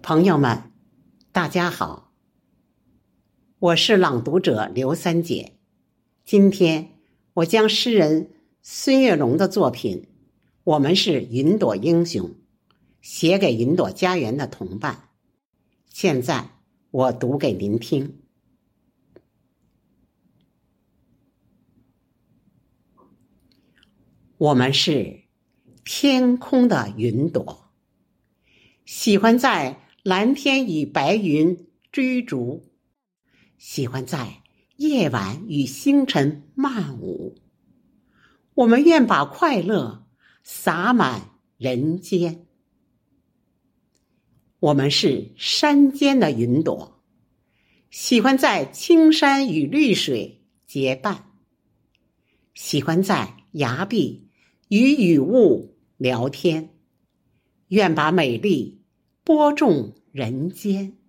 朋友们，大家好，我是朗读者刘三姐。今天我将诗人孙月龙的作品《我们是云朵英雄》写给云朵家园的同伴。现在我读给您听。我们是天空的云朵，喜欢在蓝天与白云追逐，喜欢在夜晚与星辰漫舞。我们愿把快乐洒满人间。我们是山间的云朵，喜欢在青山与绿水结伴，喜欢在崖壁与雨雾聊天，愿把美丽播种人间。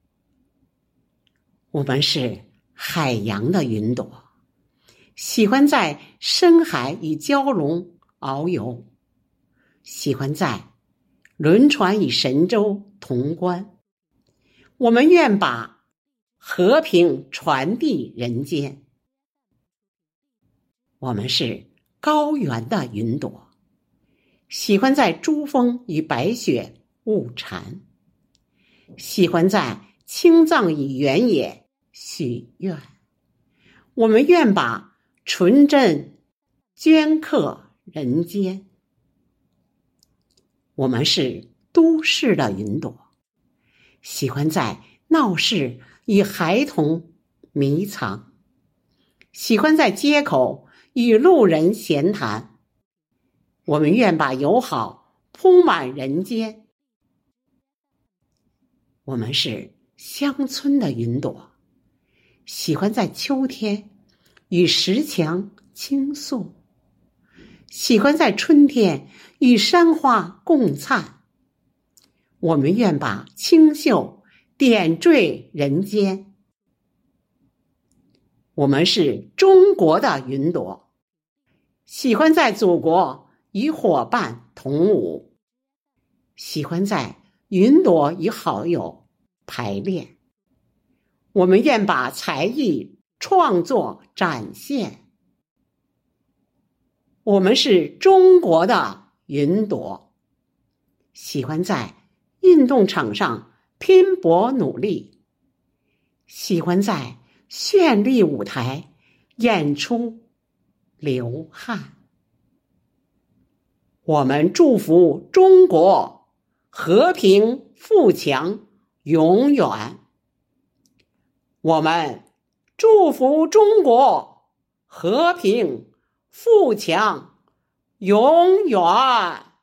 我们是海洋的云朵，喜欢在深海与蛟龙遨游，喜欢在轮船与神州同观。我们愿把和平传递人间。我们是高原的云朵，喜欢在珠峰与白雪物缠，喜欢在青藏与原野许愿。我们愿把纯真镌刻人间。我们是都市的云朵，喜欢在闹市与孩童迷藏，喜欢在街口与路人闲谈。我们愿把友好铺满人间。我们是乡村的云朵，喜欢在秋天与石墙倾诉，喜欢在春天与山花共灿。我们愿把清秀点缀人间。我们是中国的云朵，喜欢在祖国与伙伴同舞，喜欢在云朵与好友排练。我们愿把才艺创作展现。我们是中国的云朵，喜欢在运动场上拼搏努力，喜欢在绚丽舞台演出流汗。我们祝福中国和平富强永远。我们祝福中国和平富强永远。